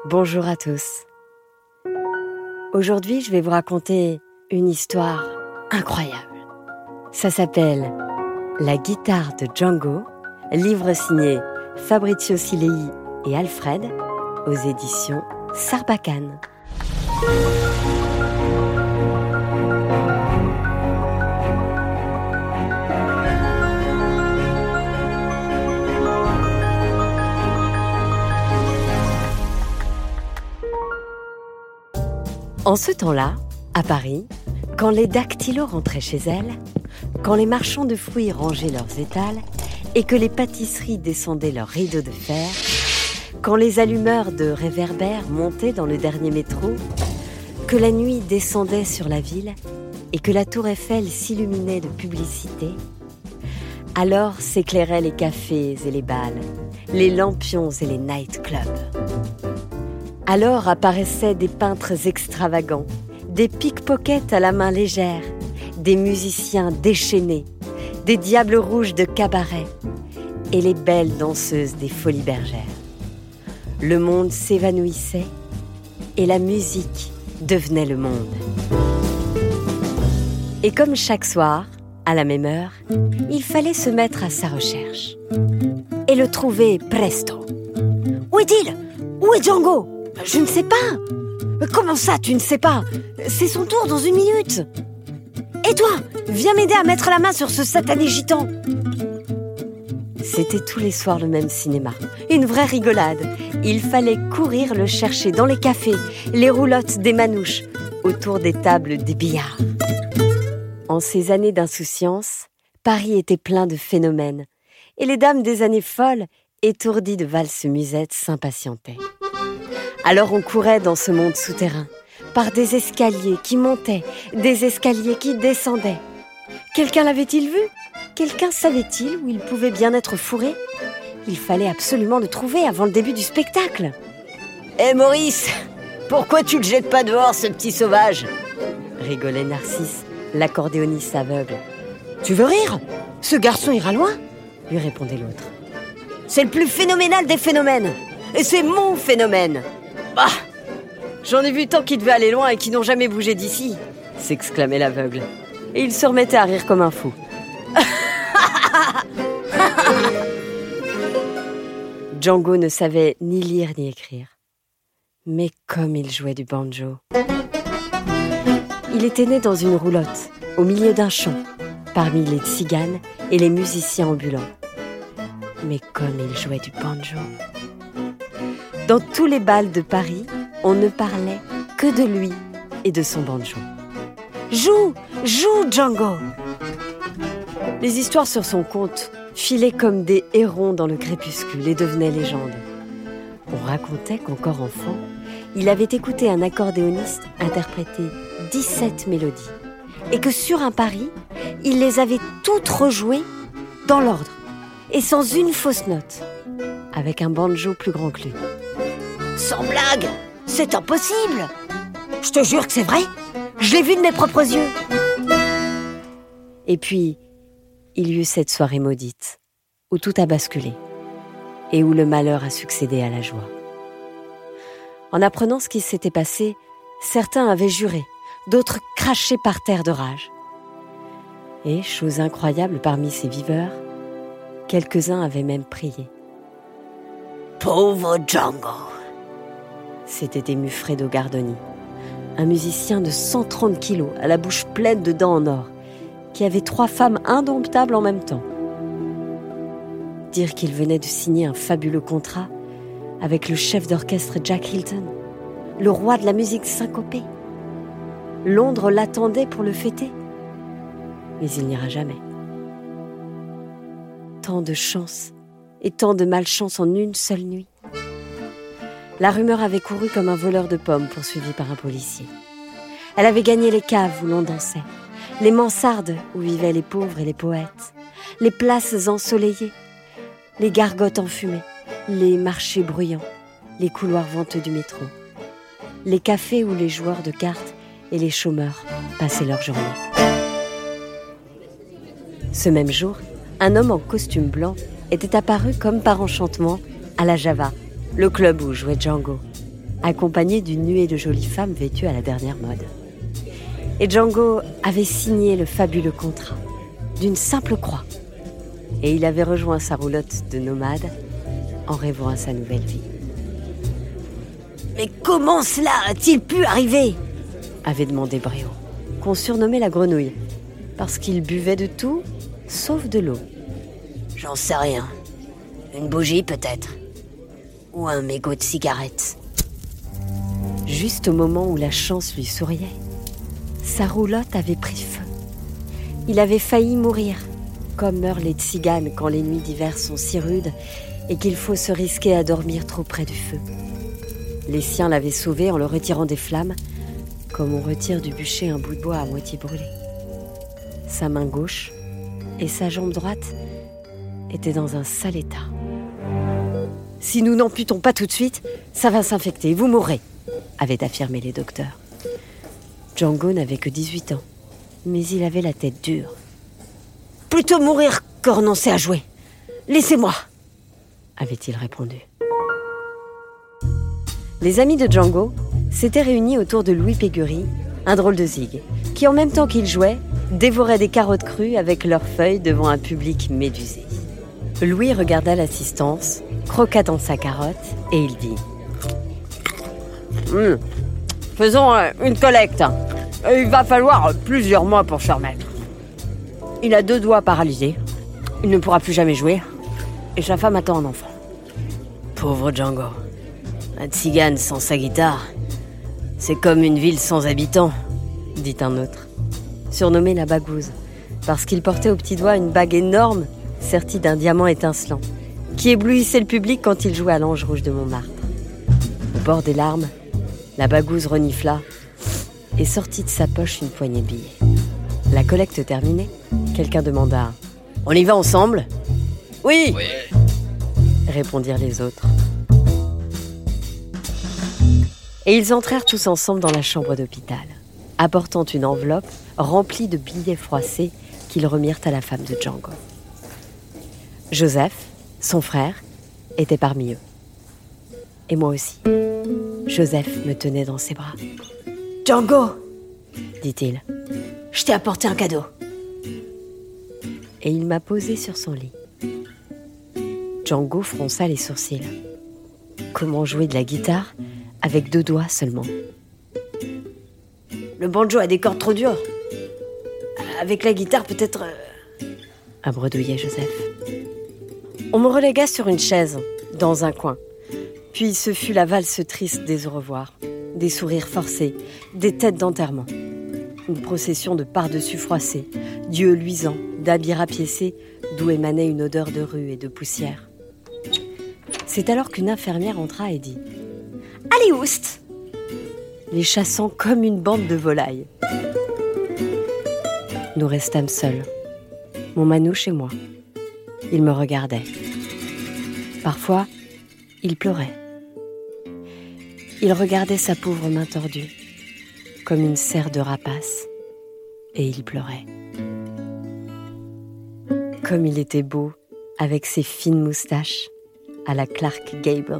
Bonjour à tous. Aujourd'hui, je vais vous raconter une histoire incroyable. Ça s'appelle La guitare de Django, livre signé Fabrizio Silei et Alfred, aux éditions Sarbacane. En ce temps-là, à Paris, quand les dactylos rentraient chez elles, quand les marchands de fruits rangeaient leurs étals et que les pâtisseries descendaient leurs rideaux de fer, quand les allumeurs de réverbères montaient dans le dernier métro, que la nuit descendait sur la ville et que la tour Eiffel s'illuminait de publicité, alors s'éclairaient les cafés et les bals, les lampions et les nightclubs. Alors apparaissaient des peintres extravagants, des pickpockets à la main légère, des musiciens déchaînés, des diables rouges de cabaret et les belles danseuses des folies bergères. Le monde s'évanouissait et la musique devenait le monde. Et comme chaque soir, à la même heure, il fallait se mettre à sa recherche et le trouver presto. Où est-il ? Où est Django ? Je ne sais pas. Comment ça, tu ne sais pas ? C'est son tour dans 1 minute. Et toi, viens m'aider à mettre la main sur ce satané gitan. C'était tous les soirs le même cinéma. Une vraie rigolade. Il fallait courir le chercher dans les cafés, les roulottes des manouches, autour des tables des billards. En ces années d'insouciance, Paris était plein de phénomènes. Et les dames des années folles, étourdies de valses-musettes, s'impatientaient. Alors on courait dans ce monde souterrain, par des escaliers qui montaient, des escaliers qui descendaient. Quelqu'un l'avait-il vu ? Quelqu'un savait-il où il pouvait bien être fourré ? Il fallait absolument le trouver avant le début du spectacle. Hé Maurice, pourquoi tu le jettes pas dehors, ce petit sauvage ? Rigolait Narcisse, l'accordéoniste aveugle. Tu veux rire ? Ce garçon ira loin ? Lui répondait l'autre. C'est le plus phénoménal des phénomènes. Et c'est mon phénomène. Bah, j'en ai vu tant qui devaient aller loin et qui n'ont jamais bougé d'ici, s'exclamait l'aveugle. Et il se remettait à rire comme un fou. Django ne savait ni lire ni écrire. Mais comme il jouait du banjo. Il était né dans une roulotte, au milieu d'un champ, parmi les tziganes et les musiciens ambulants. Mais comme il jouait du banjo. Dans tous les bals de Paris, on ne parlait que de lui et de son banjo. Joue, joue Django ! Les histoires sur son compte filaient comme des hérons dans le crépuscule et devenaient légendes. On racontait qu'encore enfant, il avait écouté un accordéoniste interpréter 17 mélodies et que sur un pari, il les avait toutes rejouées dans l'ordre et sans une fausse note, avec un banjo plus grand que lui. Sans blague, c'est impossible. Je te jure que c'est vrai. Je l'ai vu de mes propres yeux. Et puis, il y eut cette soirée maudite, où tout a basculé, et où le malheur a succédé à la joie. En apprenant ce qui s'était passé, certains avaient juré, d'autres craché par terre de rage. Et, chose incroyable parmi ces viveurs, quelques-uns avaient même prié. Pauvre Django! S'était ému Fredo Gardoni, un musicien de 130 kilos, à la bouche pleine de dents en or, qui avait 3 femmes indomptables en même temps. Dire qu'il venait de signer un fabuleux contrat avec le chef d'orchestre Jack Hilton, le roi de la musique syncopée. Londres l'attendait pour le fêter, mais il n'ira jamais. Tant de chance et tant de malchance en une seule nuit. La rumeur avait couru comme un voleur de pommes poursuivi par un policier. Elle avait gagné les caves où l'on dansait, les mansardes où vivaient les pauvres et les poètes, les places ensoleillées, les gargotes enfumées, les marchés bruyants, les couloirs venteux du métro, les cafés où les joueurs de cartes et les chômeurs passaient leur journée. Ce même jour, un homme en costume blanc était apparu comme par enchantement à la Java, le club où jouait Django. accompagné d'une nuée de jolies femmes vêtues à la dernière mode. Et Django avait signé le fabuleux contrat d'une simple croix. Et il avait rejoint sa roulotte de nomade en rêvant à sa nouvelle vie. Mais comment cela a-t-il pu arriver ? Avait demandé Bréau, qu'on surnommait la grenouille, parce qu'il buvait de tout, sauf de l'eau. J'en sais rien. Une bougie peut-être. Ou un mégot de cigarette. Juste au moment où la chance lui souriait, sa roulotte avait pris feu. Il avait failli mourir, comme meurent les tziganes quand les nuits d'hiver sont si rudes et qu'il faut se risquer à dormir trop près du feu. Les siens l'avaient sauvé en le retirant des flammes, comme on retire du bûcher un bout de bois à moitié brûlé. Sa main gauche et sa jambe droite étaient dans un sale état. « Si nous n'amputons pas tout de suite, ça va s'infecter et vous mourrez », avaient affirmé les docteurs. Django n'avait que 18 ans, mais il avait la tête dure. « Plutôt mourir que renoncer à jouer. Laissez-moi !» avait-il répondu. Les amis de Django s'étaient réunis autour de Louis Pégury, un drôle de zig, qui en même temps qu'il jouait, dévorait des carottes crues avec leurs feuilles devant un public médusé. Louis regarda l'assistance, croqua dans sa carotte et il dit « Faisons une collecte. Il va falloir plusieurs mois pour se remettre. Il a 2 doigts paralysés, il ne pourra plus jamais jouer, et sa femme attend un enfant. » Pauvre Django. Un tzigane sans sa guitare, c'est comme une ville sans habitants, dit un autre, surnommé la bagouze, parce qu'il portait au petit doigt une bague énorme sertie d'un diamant étincelant, qui éblouissait le public quand il jouait à l'Ange rouge de Montmartre. Au bord des larmes, la bagouze renifla et sortit de sa poche une poignée de billets. La collecte terminée, quelqu'un demanda « On y va ensemble ?»« Oui !» répondirent les autres. Et ils entrèrent tous ensemble dans la chambre d'hôpital, apportant une enveloppe remplie de billets froissés qu'ils remirent à la femme de Django. Joseph, son frère, était parmi eux. Et moi aussi. Joseph me tenait dans ses bras. « Django !» dit-il. « Je t'ai apporté un cadeau. » Et il m'a posé sur son lit. Django fronça les sourcils. Comment jouer de la guitare avec 2 doigts seulement? Le banjo a des cordes trop dures. Avec la guitare, peut-être... a bredouillé Joseph. On me relégua sur une chaise, dans un coin. Puis ce fut la valse triste des au revoir, des sourires forcés, des têtes d'enterrement. Une procession de par-dessus froissés, d'yeux luisants, d'habits rapiécés, d'où émanait une odeur de rue et de poussière. C'est alors qu'une infirmière entra et dit « Allez, oust !» les chassant comme une bande de volailles. Nous restâmes seuls, mon manouche et moi. Il me regardait. Parfois, il pleurait. Il regardait sa pauvre main tordue, comme une serre de rapace, et il pleurait. Comme il était beau, avec ses fines moustaches, à la Clark Gable.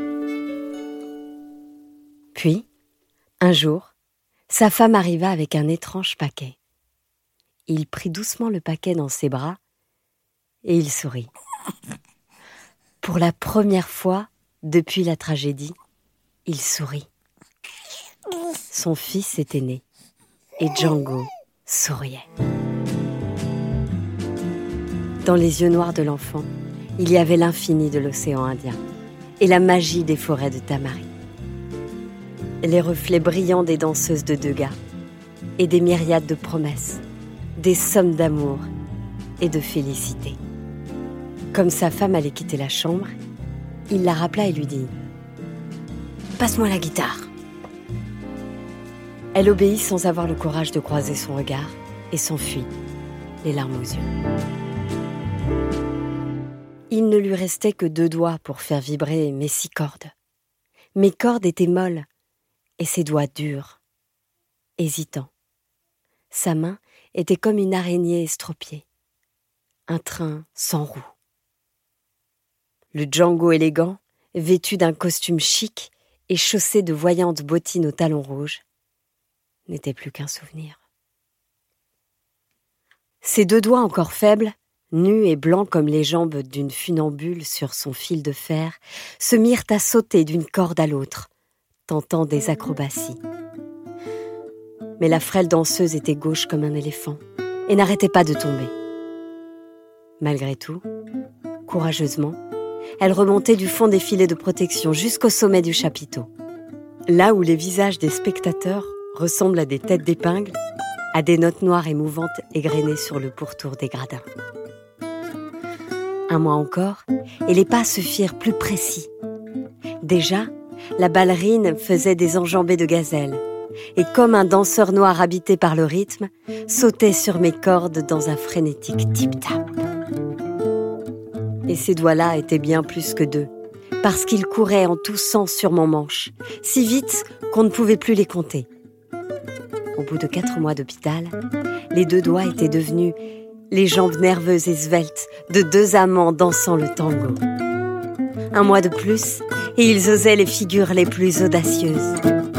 Puis, un jour, sa femme arriva avec un étrange paquet. Il prit doucement le paquet dans ses bras et il sourit. Pour la première fois depuis la tragédie, il sourit. Son fils était né et Django souriait. Dans les yeux noirs de l'enfant, il y avait l'infini de l'océan Indien et la magie des forêts de Tamari. Les reflets brillants des danseuses de Degas et des myriades de promesses, des sommes d'amour et de félicité. Comme sa femme allait quitter la chambre, il la rappela et lui dit « Passe-moi la guitare !» Elle obéit sans avoir le courage de croiser son regard et s'enfuit, les larmes aux yeux. Il ne lui restait que 2 doigts pour faire vibrer mes 6 cordes. Mes cordes étaient molles et ses doigts durs, hésitants. Sa main était comme une araignée estropiée, un train sans roue. Le Django élégant, vêtu d'un costume chic et chaussé de voyantes bottines aux talons rouges, n'était plus qu'un souvenir. Ses 2 doigts encore faibles, nus et blancs comme les jambes d'une funambule sur son fil de fer, se mirent à sauter d'une corde à l'autre, tentant des acrobaties. Mais la frêle danseuse était gauche comme un éléphant et n'arrêtait pas de tomber. Malgré tout, courageusement, elle remontait du fond des filets de protection jusqu'au sommet du chapiteau. Là où les visages des spectateurs ressemblent à des têtes d'épingle, à des notes noires et mouvantes égrenées sur le pourtour des gradins. Un mois encore, et les pas se firent plus précis. Déjà, la ballerine faisait des enjambées de gazelle, et comme un danseur noir habité par le rythme, sautait sur mes cordes dans un frénétique tip-tap. Et ces doigts-là étaient bien plus que 2, parce qu'ils couraient en tous sens sur mon manche, si vite qu'on ne pouvait plus les compter. Au bout de 4 mois d'hôpital, les 2 doigts étaient devenus les jambes nerveuses et sveltes de 2 amants dansant le tango. 1 mois de plus, et ils osaient les figures les plus audacieuses.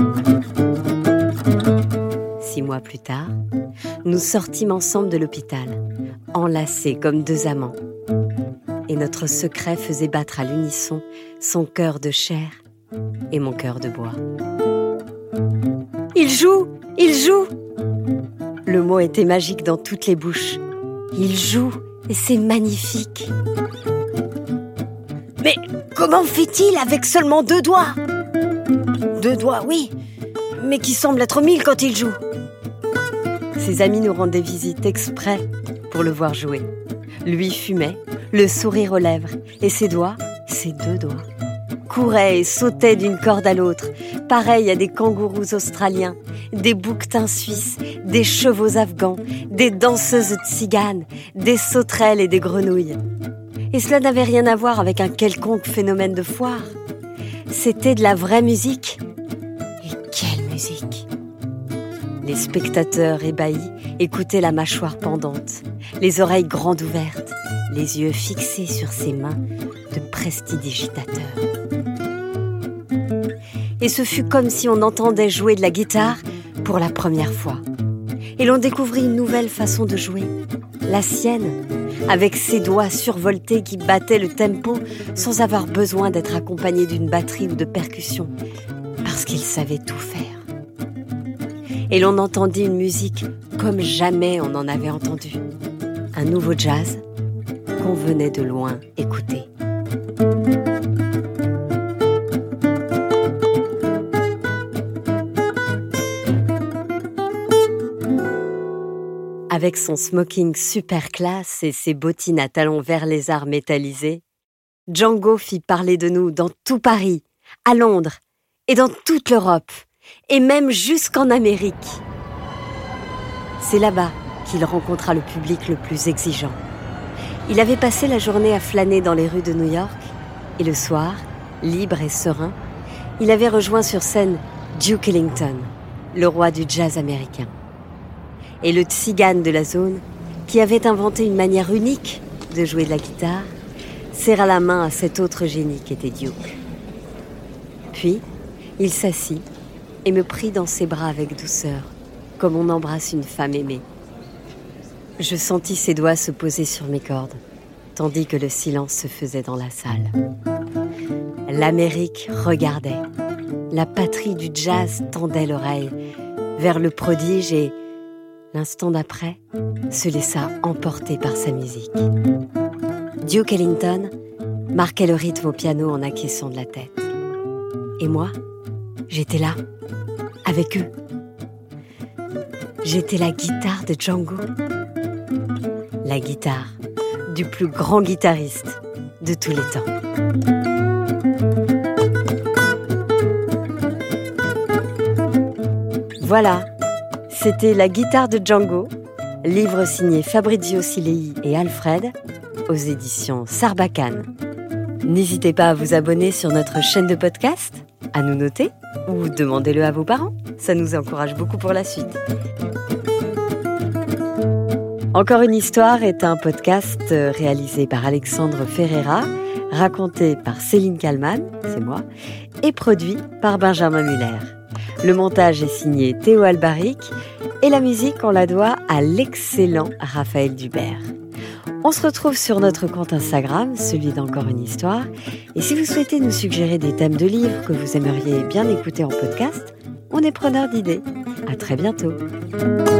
6 mois plus tard, nous sortîmes ensemble de l'hôpital, enlacés comme 2 amants. Et notre secret faisait battre à l'unisson son cœur de chair et mon cœur de bois. « Il joue ! Il joue !» Le mot était magique dans toutes les bouches. Il joue et c'est magnifique. Mais comment fait-il avec seulement 2 doigts ? 2 doigts, oui, mais qui semblent être 1000 quand il joue. Ses amis nous rendaient visite exprès pour le voir jouer. Lui fumait, le sourire aux lèvres, et ses doigts, ses 2 doigts, couraient et sautaient d'une corde à l'autre, pareil à des kangourous australiens, des bouquetins suisses, des chevaux afghans, des danseuses tziganes, des sauterelles et des grenouilles. Et cela n'avait rien à voir avec un quelconque phénomène de foire. C'était de la vraie musique. Et quelle musique! Les spectateurs ébahis écoutaient la mâchoire pendante, les oreilles grandes ouvertes, les yeux fixés sur ses mains de prestidigitateurs. Et ce fut comme si on entendait jouer de la guitare pour la première fois. Et l'on découvrit une nouvelle façon de jouer, la sienne, avec ses doigts survoltés qui battaient le tempo sans avoir besoin d'être accompagné d'une batterie ou de percussions, parce qu'il savait tout faire. Et l'on entendit une musique comme jamais on en avait entendu. Un nouveau jazz qu'on venait de loin écouter. Avec son smoking super classe et ses bottines à talons vert lézard métallisés, Django fit parler de nous dans tout Paris, à Londres et dans toute l'Europe, et même jusqu'en Amérique. C'est là-bas qu'il rencontra le public le plus exigeant. Il avait passé la journée à flâner dans les rues de New York, et le soir, libre et serein, il avait rejoint sur scène Duke Ellington, le roi du jazz américain. Et le tzigane de la zone, qui avait inventé une manière unique de jouer de la guitare, serra la main à cet autre génie qu'était Duke. Puis, il s'assit et me prit dans ses bras avec douceur, comme on embrasse une femme aimée. Je sentis ses doigts se poser sur mes cordes, tandis que le silence se faisait dans la salle. L'Amérique regardait. La patrie du jazz tendait l'oreille vers le prodige et, l'instant d'après, se laissa emporter par sa musique. Duke Ellington marquait le rythme au piano en acquiesçant de la tête. Et moi, j'étais là, avec eux. J'étais la guitare de Django. La guitare du plus grand guitariste de tous les temps. Voilà, c'était La guitare de Django, livre signé Fabrizio Silei et Alfred, aux éditions Sarbacane. N'hésitez pas à vous abonner sur notre chaîne de podcast, à nous noter ou demandez-le à vos parents. Ça nous encourage beaucoup pour la suite. Encore une histoire est un podcast réalisé par Alexandre Ferreira raconté par Céline Kallmann, c'est moi, et produit par Benjamin Muller. Le montage est signé Théo Albaric et la musique, on la doit à l'excellent Raphaël Dubert. On se retrouve sur notre compte Instagram, celui d'Encore une histoire. Et si vous souhaitez nous suggérer des thèmes de livres que vous aimeriez bien écouter en podcast, on est preneur d'idées. À très bientôt.